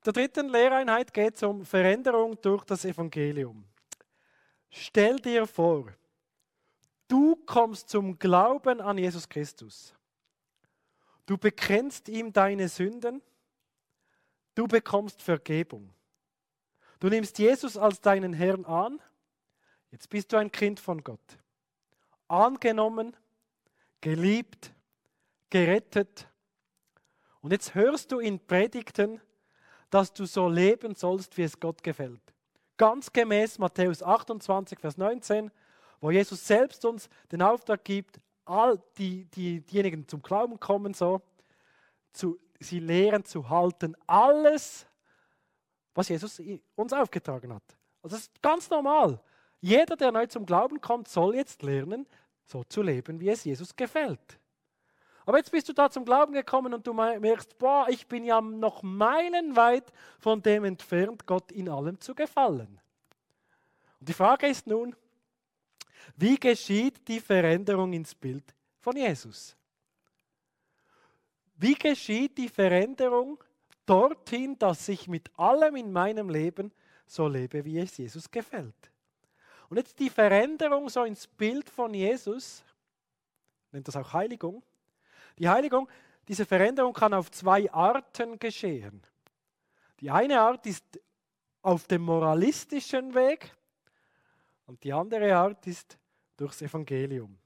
der dritten Lehreinheit geht es um Veränderung durch das Evangelium. Stell dir vor, du kommst zum Glauben an Jesus Christus. Du bekennst ihm deine Sünden. Du bekommst Vergebung. Du nimmst Jesus als deinen Herrn an. Jetzt bist du ein Kind von Gott. Angenommen, geliebt, gerettet. Und jetzt hörst du in Predigten, dass du so leben sollst, wie es Gott gefällt. Ganz gemäß Matthäus 28, Vers 19, wo Jesus selbst uns den Auftrag gibt, all diejenigen zum Glauben kommen, sie lehren zu halten, alles, was Jesus uns aufgetragen hat. Also das ist ganz normal. Jeder, der neu zum Glauben kommt, soll jetzt lernen, so zu leben, wie es Jesus gefällt. Aber jetzt bist du da zum Glauben gekommen und du merkst, ich bin ja noch meilenweit von dem entfernt, Gott in allem zu gefallen. Und die Frage ist nun, wie geschieht die Veränderung ins Bild von Jesus? Wie geschieht die Veränderung dorthin, dass ich mit allem in meinem Leben so lebe, wie es Jesus gefällt? Und jetzt die Veränderung so ins Bild von Jesus, nennt das auch Heiligung. Die Heiligung, diese Veränderung kann auf zwei Arten geschehen. Die eine Art ist auf dem moralistischen Weg und die andere Art ist durchs Evangelium.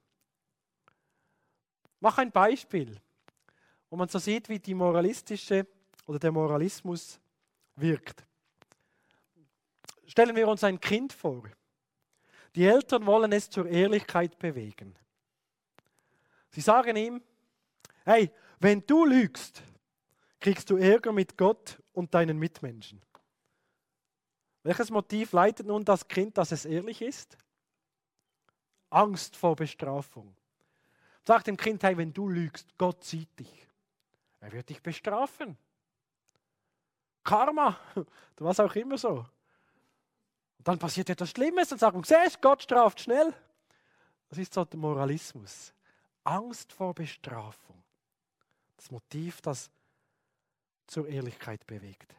Mach ein Beispiel, wo man so sieht, wie die moralistische oder der Moralismus wirkt. Stellen wir uns ein Kind vor. Die Eltern wollen es zur Ehrlichkeit bewegen. Sie sagen ihm, hey, wenn du lügst, kriegst du Ärger mit Gott und deinen Mitmenschen. Welches Motiv leitet nun das Kind, dass es ehrlich ist? Angst vor Bestrafung. Sagt dem Kind, hey, wenn du lügst, Gott sieht dich. Er wird dich bestrafen. Karma, was auch immer so. Und dann passiert etwas Schlimmes und sagen, siehst, Gott straft schnell. Das ist so der Moralismus. Angst vor Bestrafung. Das Motiv, das zur Ehrlichkeit bewegt.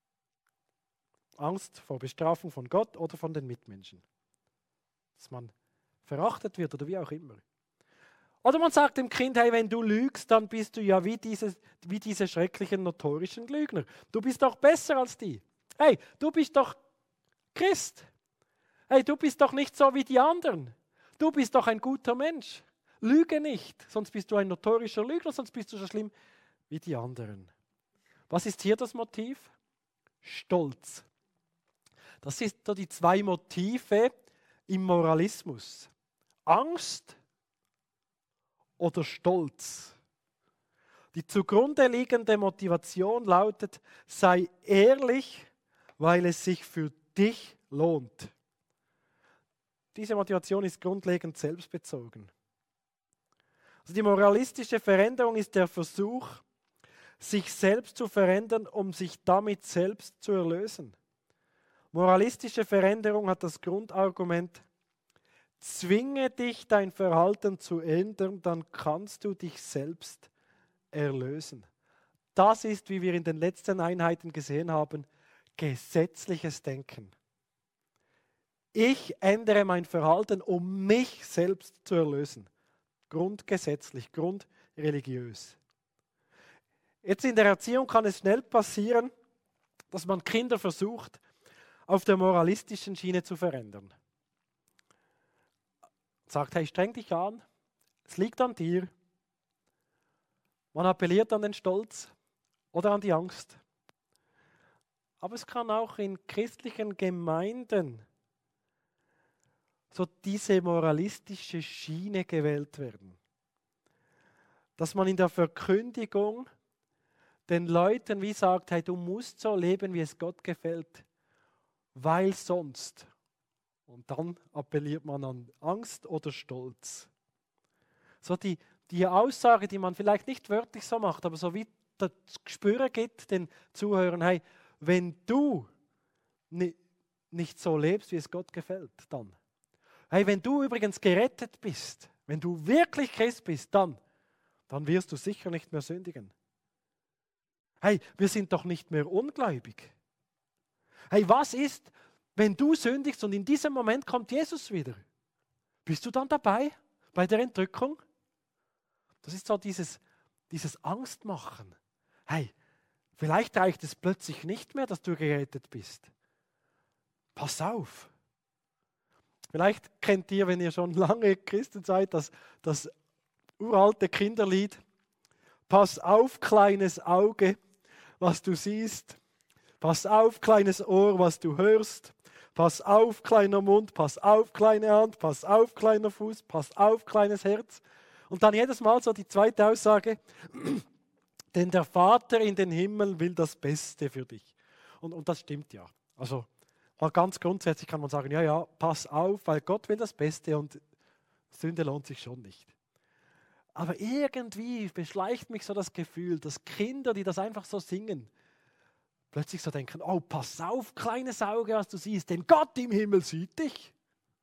Angst vor Bestrafung von Gott oder von den Mitmenschen. Dass man verachtet wird oder wie auch immer. Oder man sagt dem Kind, hey, wenn du lügst, dann bist du ja wie diese schrecklichen, notorischen Lügner. Du bist doch besser als die. Hey, du bist doch Christ. Hey, du bist doch nicht so wie die anderen. Du bist doch ein guter Mensch. Lüge nicht, sonst bist du ein notorischer Lügner, sonst bist du so schlimm wie die anderen. Was ist hier das Motiv? Stolz. Das sind so die zwei Motive im Moralismus. Angst oder Stolz. Die zugrunde liegende Motivation lautet, sei ehrlich, weil es sich für dich lohnt. Diese Motivation ist grundlegend selbstbezogen. Also die moralistische Veränderung ist der Versuch, sich selbst zu verändern, um sich damit selbst zu erlösen. Moralistische Veränderung hat das Grundargument, zwinge dich, dein Verhalten zu ändern, dann kannst du dich selbst erlösen. Das ist, wie wir in den letzten Einheiten gesehen haben, gesetzliches Denken. Ich ändere mein Verhalten, um mich selbst zu erlösen. Grundgesetzlich, grundreligiös. Jetzt in der Erziehung kann es schnell passieren, dass man Kinder versucht, auf der moralistischen Schiene zu verändern. Sagt, hey, streng dich an, es liegt an dir. Man appelliert an den Stolz oder an die Angst. Aber es kann auch in christlichen Gemeinden so diese moralistische Schiene gewählt werden. Dass man in der Verkündigung den Leuten wie sagt, hey, du musst so leben, wie es Gott gefällt, weil sonst. Und dann appelliert man an Angst oder Stolz. So die Aussage, die man vielleicht nicht wörtlich so macht, aber so wie das Gespür gibt den Zuhörern, hey, wenn du nicht so lebst, wie es Gott gefällt, dann. Hey, wenn du übrigens gerettet bist, wenn du wirklich Christ bist, dann wirst du sicher nicht mehr sündigen. Hey, wir sind doch nicht mehr ungläubig. Hey, was ist, wenn du sündigst und in diesem Moment kommt Jesus wieder? Bist du dann dabei bei der Entrückung? Das ist so dieses Angstmachen. Hey, vielleicht reicht es plötzlich nicht mehr, dass du gerettet bist. Pass auf. Vielleicht kennt ihr, wenn ihr schon lange Christen seid, das uralte Kinderlied. Pass auf, kleines Auge, was du siehst. Pass auf, kleines Ohr, was du hörst. Pass auf, kleiner Mund. Pass auf, kleine Hand. Pass auf, kleiner Fuß. Pass auf, kleines Herz. Und dann jedes Mal so die zweite Aussage. Denn der Vater in den Himmel will das Beste für dich. Und das stimmt ja. Also mal ganz grundsätzlich kann man sagen, ja, pass auf, weil Gott will das Beste und Sünde lohnt sich schon nicht. Aber irgendwie beschleicht mich so das Gefühl, dass Kinder, die das einfach so singen, plötzlich so denken, oh, pass auf, kleines Auge, was du siehst, denn Gott im Himmel sieht dich.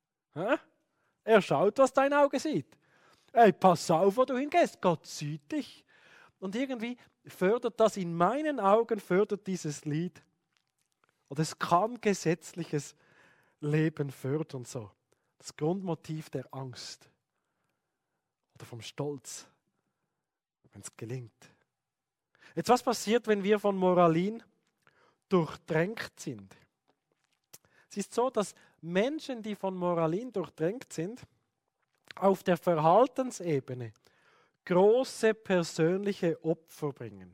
Er schaut, was dein Auge sieht. Hey, pass auf, wo du hingehst, Gott sieht dich. Und irgendwie fördert das in meinen Augen, fördert dieses Lied, oder es kann gesetzliches Leben fördern, so. Das Grundmotiv der Angst oder vom Stolz, wenn es gelingt. Jetzt, was passiert, wenn wir von Moralin durchdrängt sind? Es ist so, dass Menschen, die von Moralin durchdrängt sind, auf der Verhaltensebene große persönliche Opfer bringen.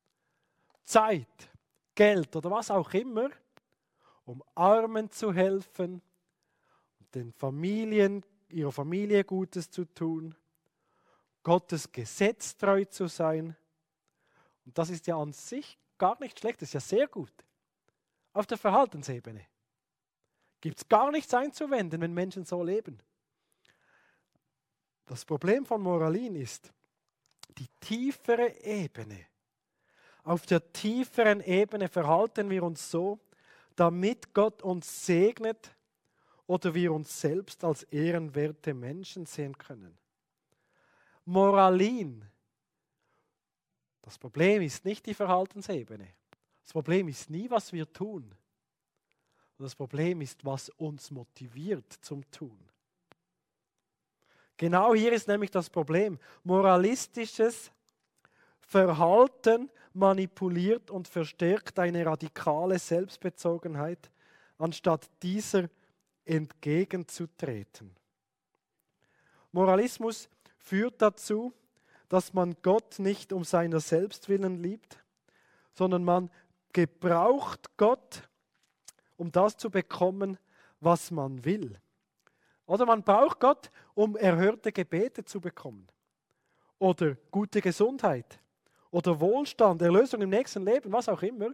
Zeit, Geld oder was auch immer, um Armen zu helfen, den Familien, ihrer Familie Gutes zu tun, Gottes Gesetz treu zu sein. Und das ist ja an sich gar nicht schlecht, das ist ja sehr gut. Auf der Verhaltensebene gibt es gar nichts einzuwenden, wenn Menschen so leben. Das Problem von Moralin ist die tiefere Ebene. Auf der tieferen Ebene verhalten wir uns so, damit Gott uns segnet oder wir uns selbst als ehrenwerte Menschen sehen können. Moralin. Das Problem ist nicht die Verhaltensebene. Das Problem ist nie, was wir tun. Das Problem ist, was uns motiviert zum Tun. Genau hier ist nämlich das Problem. Moralistisches Verhalten manipuliert und verstärkt eine radikale Selbstbezogenheit, anstatt dieser entgegenzutreten. Moralismus führt dazu, dass man Gott nicht um seiner selbst willen liebt, sondern man gebraucht Gott, um das zu bekommen, was man will. Oder man braucht Gott, um erhörte Gebete zu bekommen. Oder gute Gesundheit. Oder Wohlstand, Erlösung im nächsten Leben, was auch immer.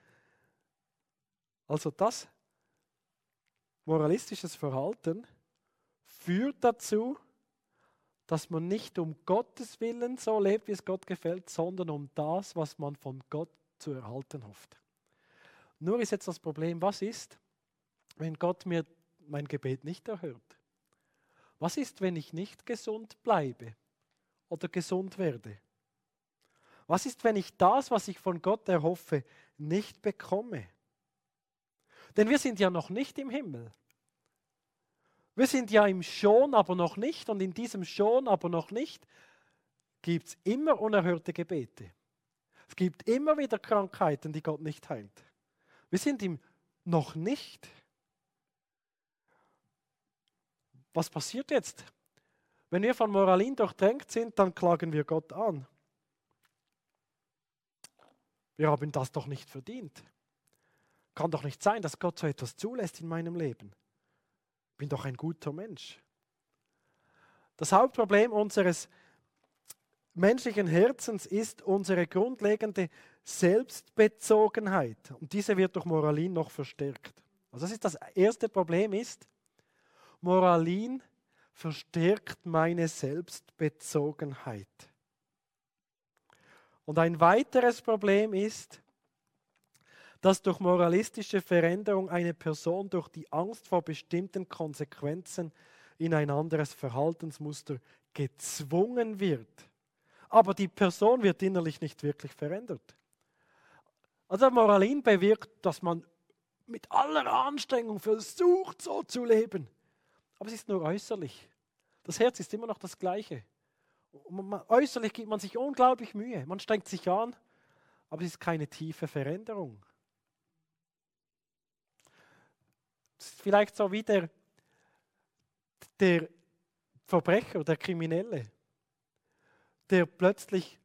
Also das moralistisches Verhalten führt dazu, dass man nicht um Gottes Willen so lebt, wie es Gott gefällt, sondern um das, was man von Gott zu erhalten hofft. Nur ist jetzt das Problem, was ist, wenn Gott mir mein Gebet nicht erhört? Was ist, wenn ich nicht gesund bleibe oder gesund werde? Was ist, wenn ich das, was ich von Gott erhoffe, nicht bekomme? Denn wir sind ja noch nicht im Himmel. Wir sind ja im Schon, aber noch nicht. Und in diesem Schon, aber noch nicht, gibt es immer unerhörte Gebete. Es gibt immer wieder Krankheiten, die Gott nicht heilt. Wir sind im noch nicht. Was passiert jetzt? Wenn wir von Moralin durchdrängt sind, dann klagen wir Gott an. Wir haben das doch nicht verdient. Kann doch nicht sein, dass Gott so etwas zulässt in meinem Leben. Ich bin doch ein guter Mensch. Das Hauptproblem unseres menschlichen Herzens ist unsere grundlegende Selbstbezogenheit. Und diese wird durch Moralin noch verstärkt. Also das ist das erste Problem ist, Moralin verstärkt meine Selbstbezogenheit. Und ein weiteres Problem ist, dass durch moralistische Veränderung eine Person durch die Angst vor bestimmten Konsequenzen in ein anderes Verhaltensmuster gezwungen wird. Aber die Person wird innerlich nicht wirklich verändert. Also Moralin bewirkt, dass man mit aller Anstrengung versucht, so zu leben. Aber es ist nur äußerlich. Das Herz ist immer noch das Gleiche. Äußerlich gibt man sich unglaublich Mühe. Man strengt sich an, aber es ist keine tiefe Veränderung. Es ist vielleicht so wie der Verbrecher, der Kriminelle, der plötzlich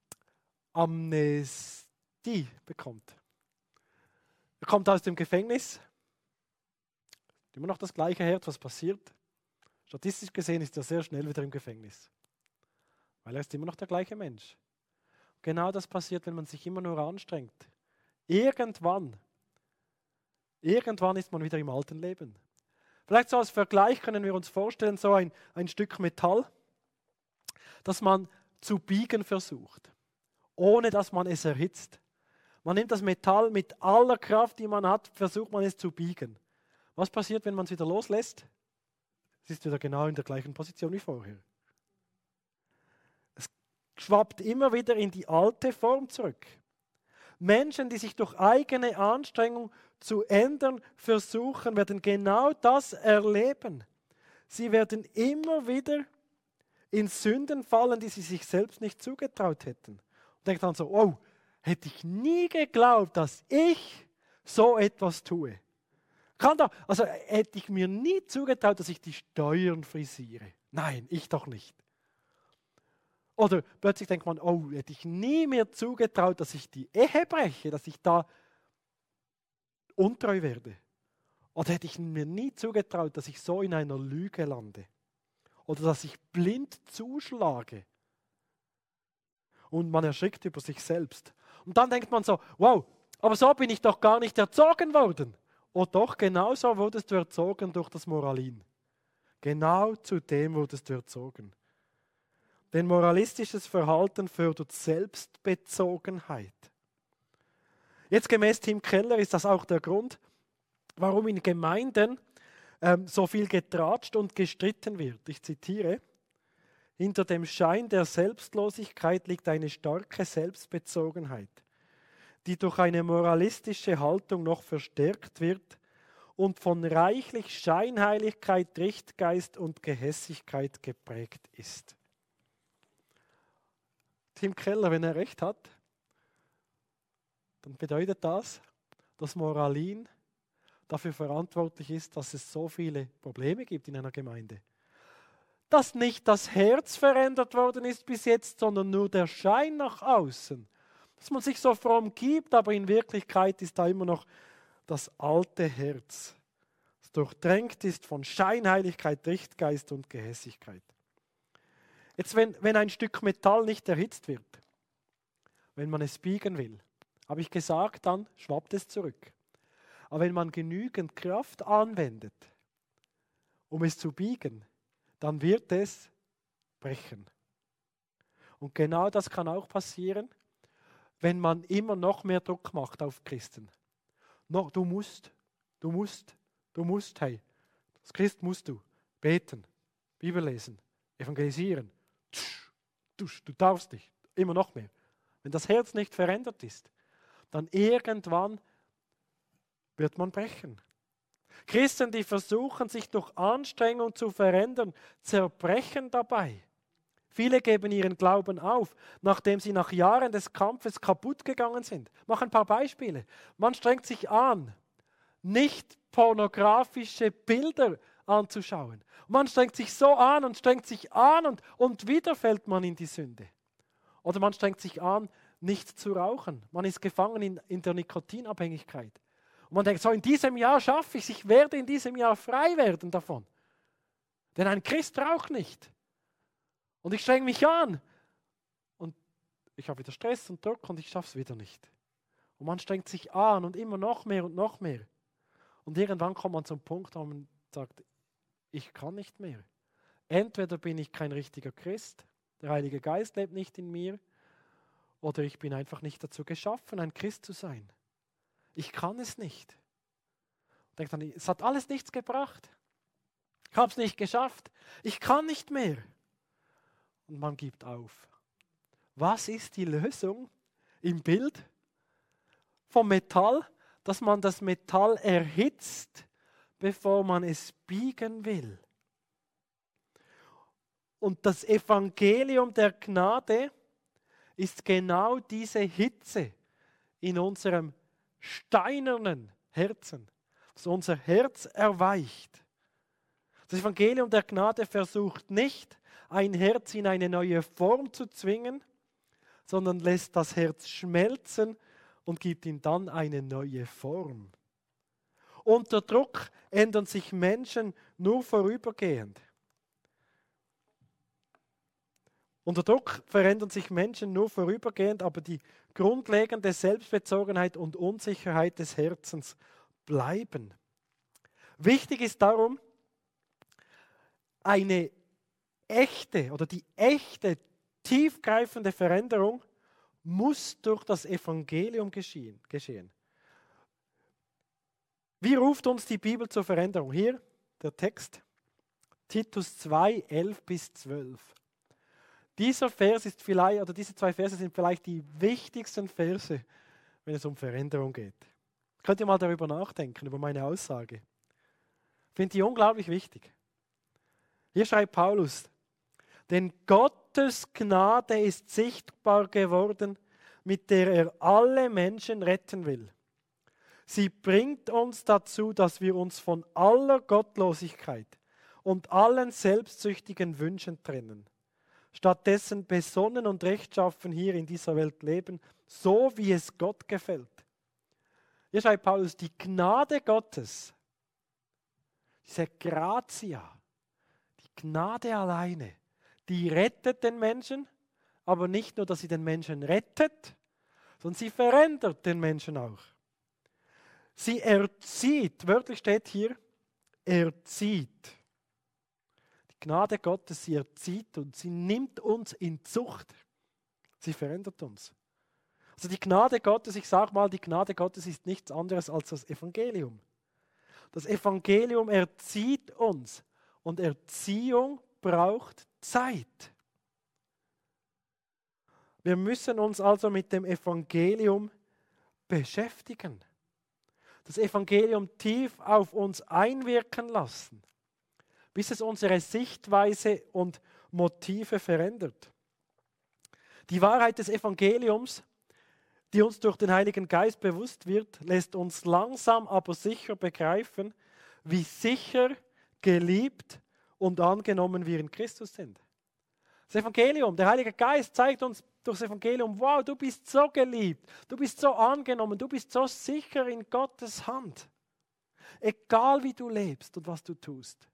Amnestie bekommt. Er kommt aus dem Gefängnis. Immer noch das gleiche Herz, was passiert. Statistisch gesehen ist er sehr schnell wieder im Gefängnis. Weil er ist immer noch der gleiche Mensch. Genau das passiert, wenn man sich immer nur anstrengt. Irgendwann ist man wieder im alten Leben. Vielleicht so als Vergleich können wir uns vorstellen, so ein Stück Metall, das man zu biegen versucht, ohne dass man es erhitzt. Man nimmt das Metall mit aller Kraft, die man hat, versucht man es zu biegen. Was passiert, wenn man es wieder loslässt? Es ist wieder genau in der gleichen Position wie vorher. Es schwappt immer wieder in die alte Form zurück. Menschen, die sich durch eigene Anstrengung zu ändern versuchen, werden genau das erleben. Sie werden immer wieder in Sünden fallen, die sie sich selbst nicht zugetraut hätten. Und denken dann so, oh, hätte ich nie geglaubt, dass ich so etwas tue. Also hätte ich mir nie zugetraut, dass ich die Steuern frisiere. Nein, ich doch nicht. Oder plötzlich denkt man, oh, hätte ich nie mehr zugetraut, dass ich die Ehe breche, dass ich da untreu werde. Oder hätte ich mir nie zugetraut, dass ich so in einer Lüge lande. Oder dass ich blind zuschlage. Und man erschrickt über sich selbst. Und dann denkt man so, wow, aber so bin ich doch gar nicht erzogen worden. Oh doch, genau so wurdest du erzogen durch das Moralin. Genau zu dem wurdest du erzogen. Denn moralistisches Verhalten fördert Selbstbezogenheit. Jetzt gemäß Tim Keller ist das auch der Grund, warum in Gemeinden so viel getratscht und gestritten wird. Ich zitiere: Hinter dem Schein der Selbstlosigkeit liegt eine starke Selbstbezogenheit, die durch eine moralistische Haltung noch verstärkt wird und von reichlich Scheinheiligkeit, Trichtgeist und Gehässigkeit geprägt ist. Tim Keller, wenn er recht hat, dann bedeutet das, dass Moralin dafür verantwortlich ist, dass es so viele Probleme gibt in einer Gemeinde. Dass nicht das Herz verändert worden ist bis jetzt, sondern nur der Schein nach außen. Dass man sich so fromm gibt, aber in Wirklichkeit ist da immer noch das alte Herz, das durchdrängt ist von Scheinheiligkeit, Trichtgeist und Gehässigkeit. Jetzt, wenn ein Stück Metall nicht erhitzt wird, wenn man es biegen will, habe ich gesagt, dann schwappt es zurück. Aber wenn man genügend Kraft anwendet, um es zu biegen, dann wird es brechen. Und genau das kann auch passieren, wenn man immer noch mehr Druck macht auf Christen. No, du musst, hey, als Christ musst du beten, Bibel lesen, evangelisieren. Du darfst nicht, immer noch mehr. Wenn das Herz nicht verändert ist, dann irgendwann wird man brechen. Christen, die versuchen, sich durch Anstrengung zu verändern, zerbrechen dabei. Viele geben ihren Glauben auf, nachdem sie nach Jahren des Kampfes kaputt gegangen sind. Ich mache ein paar Beispiele. Man strengt sich an, nicht pornografische Bilder anzuschauen. Man strengt sich so an und strengt sich an und wieder fällt man in die Sünde. Oder man strengt sich an, nicht zu rauchen. Man ist gefangen in der Nikotinabhängigkeit. Und man denkt, so in diesem Jahr schaffe ich es, ich werde in diesem Jahr frei werden davon. Denn ein Christ raucht nicht. Und ich strenge mich an. Und ich habe wieder Stress und Druck und ich schaffe es wieder nicht. Und man strengt sich an und immer noch mehr und noch mehr. Und irgendwann kommt man zum Punkt, wo man sagt, ich kann nicht mehr. Entweder bin ich kein richtiger Christ, der Heilige Geist lebt nicht in mir, oder ich bin einfach nicht dazu geschaffen, ein Christ zu sein. Ich kann es nicht. Denkt dann, es hat alles nichts gebracht. Ich habe es nicht geschafft. Ich kann nicht mehr. Und man gibt auf. Was ist die Lösung im Bild? vom Metall, dass man das Metall erhitzt, bevor man es biegen will. Und das Evangelium der Gnade ist genau diese Hitze in unserem steinernen Herzen, das unser Herz erweicht. Das Evangelium der Gnade versucht nicht, ein Herz in eine neue Form zu zwingen, sondern lässt das Herz schmelzen und gibt ihm dann eine neue Form. Unter Druck ändern sich Menschen nur vorübergehend. Unter Druck verändern sich Menschen nur vorübergehend, aber die grundlegende Selbstbezogenheit und Unsicherheit des Herzens bleiben. Wichtig ist darum, eine echte oder die echte, tiefgreifende Veränderung muss durch das Evangelium geschehen. Wie ruft uns die Bibel zur Veränderung? Hier der Text, Titus 2, 11-12. Dieser Vers ist vielleicht, oder diese zwei Verse sind vielleicht die wichtigsten Verse, wenn es um Veränderung geht. Könnt ihr mal darüber nachdenken, über meine Aussage. Ich finde die unglaublich wichtig. Hier schreibt Paulus, denn Gottes Gnade ist sichtbar geworden, mit der er alle Menschen retten will. Sie bringt uns dazu, dass wir uns von aller Gottlosigkeit und allen selbstsüchtigen Wünschen trennen. Stattdessen besonnen und rechtschaffen hier in dieser Welt leben, so wie es Gott gefällt. Hier schreibt Paulus, die Gnade Gottes, diese Gratia, die Gnade alleine, die rettet den Menschen, aber nicht nur, dass sie den Menschen rettet, sondern sie verändert den Menschen auch. Sie erzieht, wörtlich steht hier, erzieht. Die Gnade Gottes, sie erzieht uns, sie nimmt uns in Zucht. Sie verändert uns. Also die Gnade Gottes, ich sage mal, die Gnade Gottes ist nichts anderes als das Evangelium. Das Evangelium erzieht uns und Erziehung braucht Zeit. Wir müssen uns also mit dem Evangelium beschäftigen. Das Evangelium tief auf uns einwirken lassen, bis es unsere Sichtweise und Motive verändert. Die Wahrheit des Evangeliums, die uns durch den Heiligen Geist bewusst wird, lässt uns langsam aber sicher begreifen, wie sicher, geliebt und angenommen wir in Christus sind. Das Evangelium, der Heilige Geist zeigt uns durch das Evangelium, wow, du bist so geliebt, du bist so angenommen, du bist so sicher in Gottes Hand. Egal wie du lebst und was du tust.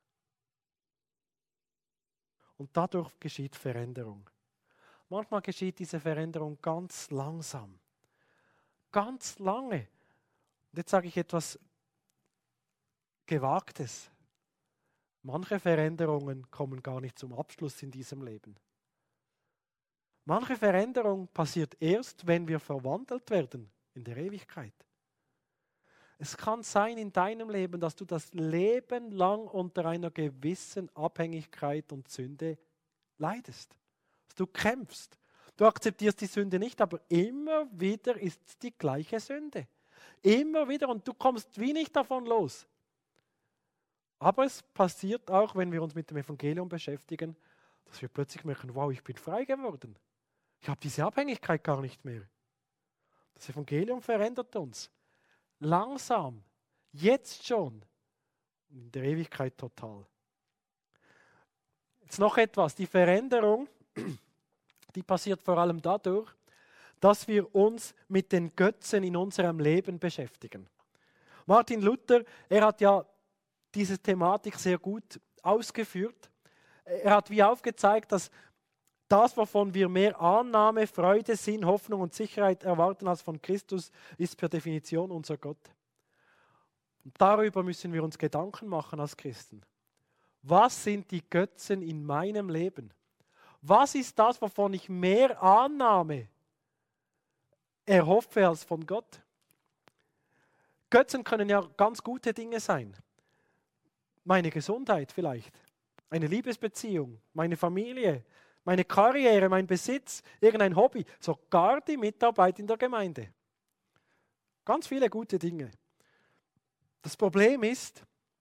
Und dadurch geschieht Veränderung. Manchmal geschieht diese Veränderung ganz langsam. Ganz lange. Und jetzt sage ich etwas Gewagtes. Manche Veränderungen kommen gar nicht zum Abschluss in diesem Leben. Manche Veränderung passiert erst, wenn wir verwandelt werden in der Ewigkeit. Es kann sein in deinem Leben, dass du das Leben lang unter einer gewissen Abhängigkeit und Sünde leidest. Dass du kämpfst. Du akzeptierst die Sünde nicht, aber immer wieder ist es die gleiche Sünde. Immer wieder und du kommst wie nicht davon los. Aber es passiert auch, wenn wir uns mit dem Evangelium beschäftigen, dass wir plötzlich merken, wow, ich bin frei geworden. Ich habe diese Abhängigkeit gar nicht mehr. Das Evangelium verändert uns. Langsam, jetzt schon, in der Ewigkeit total. Jetzt noch etwas, die Veränderung, die passiert vor allem dadurch, dass wir uns mit den Götzen in unserem Leben beschäftigen. Martin Luther, er hat ja diese Thematik sehr gut ausgeführt. Er hat wie aufgezeigt, dass das, wovon wir mehr Annahme, Freude, Sinn, Hoffnung und Sicherheit erwarten als von Christus, ist per Definition unser Gott. Und darüber müssen wir uns Gedanken machen als Christen. Was sind die Götzen in meinem Leben? Was ist das, wovon ich mehr Annahme erhoffe als von Gott? Götzen können ja ganz gute Dinge sein. Meine Gesundheit vielleicht, eine Liebesbeziehung, meine Familie, meine Karriere, mein Besitz, irgendein Hobby, sogar die Mitarbeit in der Gemeinde. Ganz viele gute Dinge. Das Problem ist,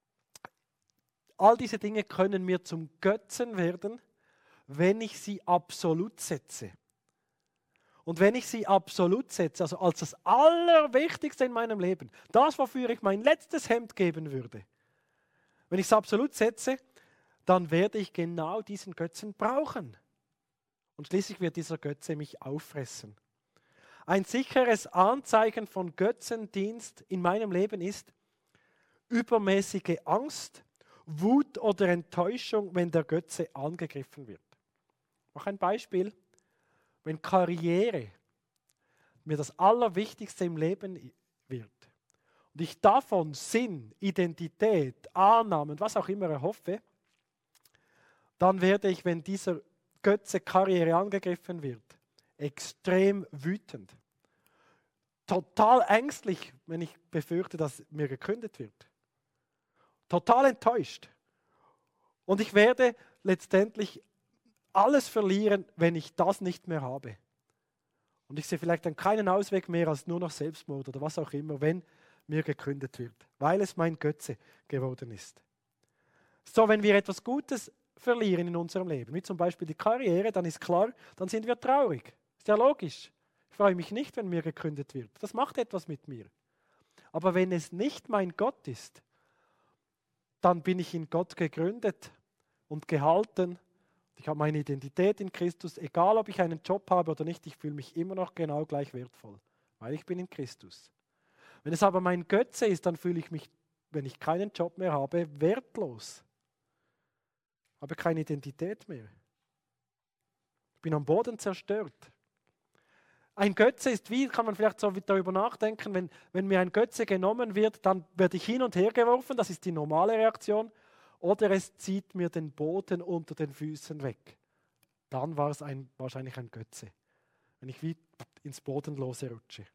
all diese Dinge können mir zum Götzen werden, wenn ich sie absolut setze. Und wenn ich sie absolut setze, also als das Allerwichtigste in meinem Leben, das, wofür ich mein letztes Hemd geben würde, wenn ich es absolut setze, dann werde ich genau diesen Götzen brauchen. Und schließlich wird dieser Götze mich auffressen. Ein sicheres Anzeichen von Götzendienst in meinem Leben ist übermäßige Angst, Wut oder Enttäuschung, wenn der Götze angegriffen wird. Noch ein Beispiel. Wenn Karriere mir das Allerwichtigste im Leben wird und ich davon Sinn, Identität, Annahmen, was auch immer erhoffe, dann werde ich, wenn dieser Götze Karriere angegriffen wird, extrem wütend. Total ängstlich, wenn ich befürchte, dass mir gekündigt wird. Total enttäuscht. Und ich werde letztendlich alles verlieren, wenn ich das nicht mehr habe. Und ich sehe vielleicht dann keinen Ausweg mehr als nur noch Selbstmord oder was auch immer, wenn mir gekündigt wird, weil es mein Götze geworden ist. So, wenn wir etwas Gutes verlieren in unserem Leben, wie zum Beispiel die Karriere, dann ist klar, dann sind wir traurig. Ist ja logisch. Ich freue mich nicht, wenn mir gekündigt wird. Das macht etwas mit mir. Aber wenn es nicht mein Gott ist, dann bin ich in Gott gegründet und gehalten. Ich habe meine Identität in Christus. Egal, ob ich einen Job habe oder nicht, ich fühle mich immer noch genau gleich wertvoll, weil ich bin in Christus. Wenn es aber mein Götze ist, dann fühle ich mich, wenn ich keinen Job mehr habe, wertlos. Habe keine Identität mehr. Ich bin am Boden zerstört. Ein Götze ist wie, kann man vielleicht so darüber nachdenken, wenn mir ein Götze genommen wird, dann werde ich hin und her geworfen, das ist die normale Reaktion, oder es zieht mir den Boden unter den Füßen weg. Dann war es wahrscheinlich ein Götze, wenn ich wie ins Bodenlose rutsche.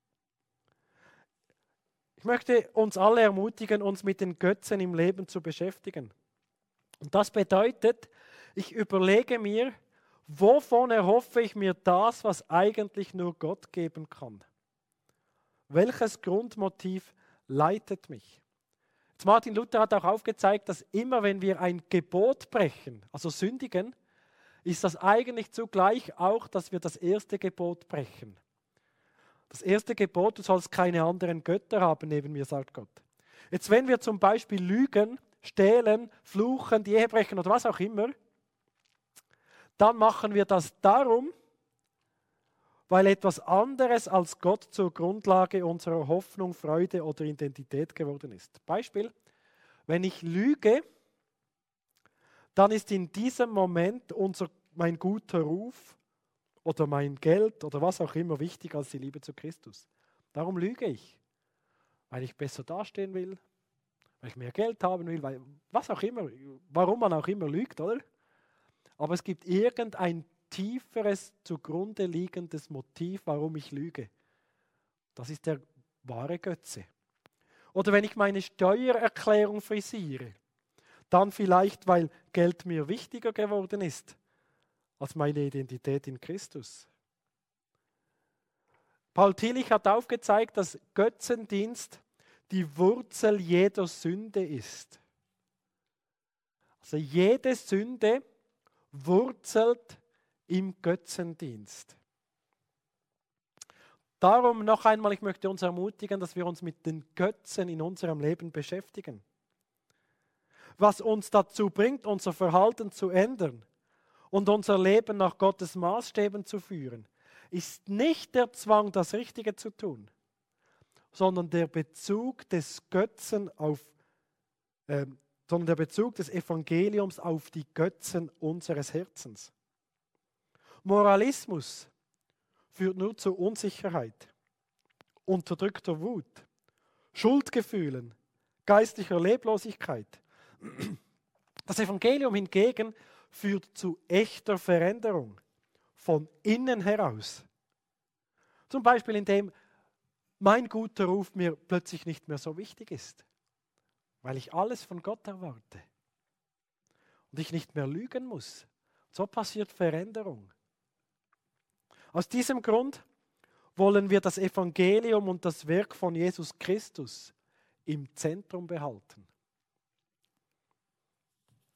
Ich möchte uns alle ermutigen, uns mit den Götzen im Leben zu beschäftigen. Und das bedeutet, ich überlege mir, wovon erhoffe ich mir das, was eigentlich nur Gott geben kann? Welches Grundmotiv leitet mich? Jetzt Martin Luther hat auch aufgezeigt, dass immer wenn wir ein Gebot brechen, also sündigen, ist das eigentlich zugleich auch, dass wir das erste Gebot brechen. Das erste Gebot, du sollst keine anderen Götter haben neben mir, sagt Gott. Jetzt wenn wir zum Beispiel lügen, stehlen, fluchen, die Ehe brechen oder was auch immer, dann machen wir das darum, weil etwas anderes als Gott zur Grundlage unserer Hoffnung, Freude oder Identität geworden ist. Beispiel, wenn ich lüge, dann ist in diesem Moment mein guter Ruf oder mein Geld oder was auch immer wichtig als die Liebe zu Christus. Darum lüge ich, weil ich besser dastehen will, weil ich mehr Geld haben will, weil was auch immer, warum man auch immer lügt, oder? Aber es gibt irgendein tieferes, zugrunde liegendes Motiv, warum ich lüge. Das ist der wahre Götze. Oder wenn ich meine Steuererklärung frisiere, dann vielleicht, weil Geld mir wichtiger geworden ist als meine Identität in Christus. Paul Tillich hat aufgezeigt, dass Götzendienst die Wurzel jeder Sünde ist. Also jede Sünde wurzelt im Götzendienst. Darum noch einmal, ich möchte uns ermutigen, dass wir uns mit den Götzen in unserem Leben beschäftigen. Was uns dazu bringt, unser Verhalten zu ändern und unser Leben nach Gottes Maßstäben zu führen, ist nicht der Zwang, das Richtige zu tun, sondern der Bezug des sondern der Bezug des Evangeliums auf die Götzen unseres Herzens. Moralismus führt nur zu Unsicherheit, unterdrückter Wut, Schuldgefühlen, geistlicher Leblosigkeit. Das Evangelium hingegen führt zu echter Veränderung von innen heraus. Zum Beispiel, indem mein guter Ruf mir plötzlich nicht mehr so wichtig ist, weil ich alles von Gott erwarte und ich nicht mehr lügen muss. So passiert Veränderung. Aus diesem Grund wollen wir das Evangelium und das Werk von Jesus Christus im Zentrum behalten.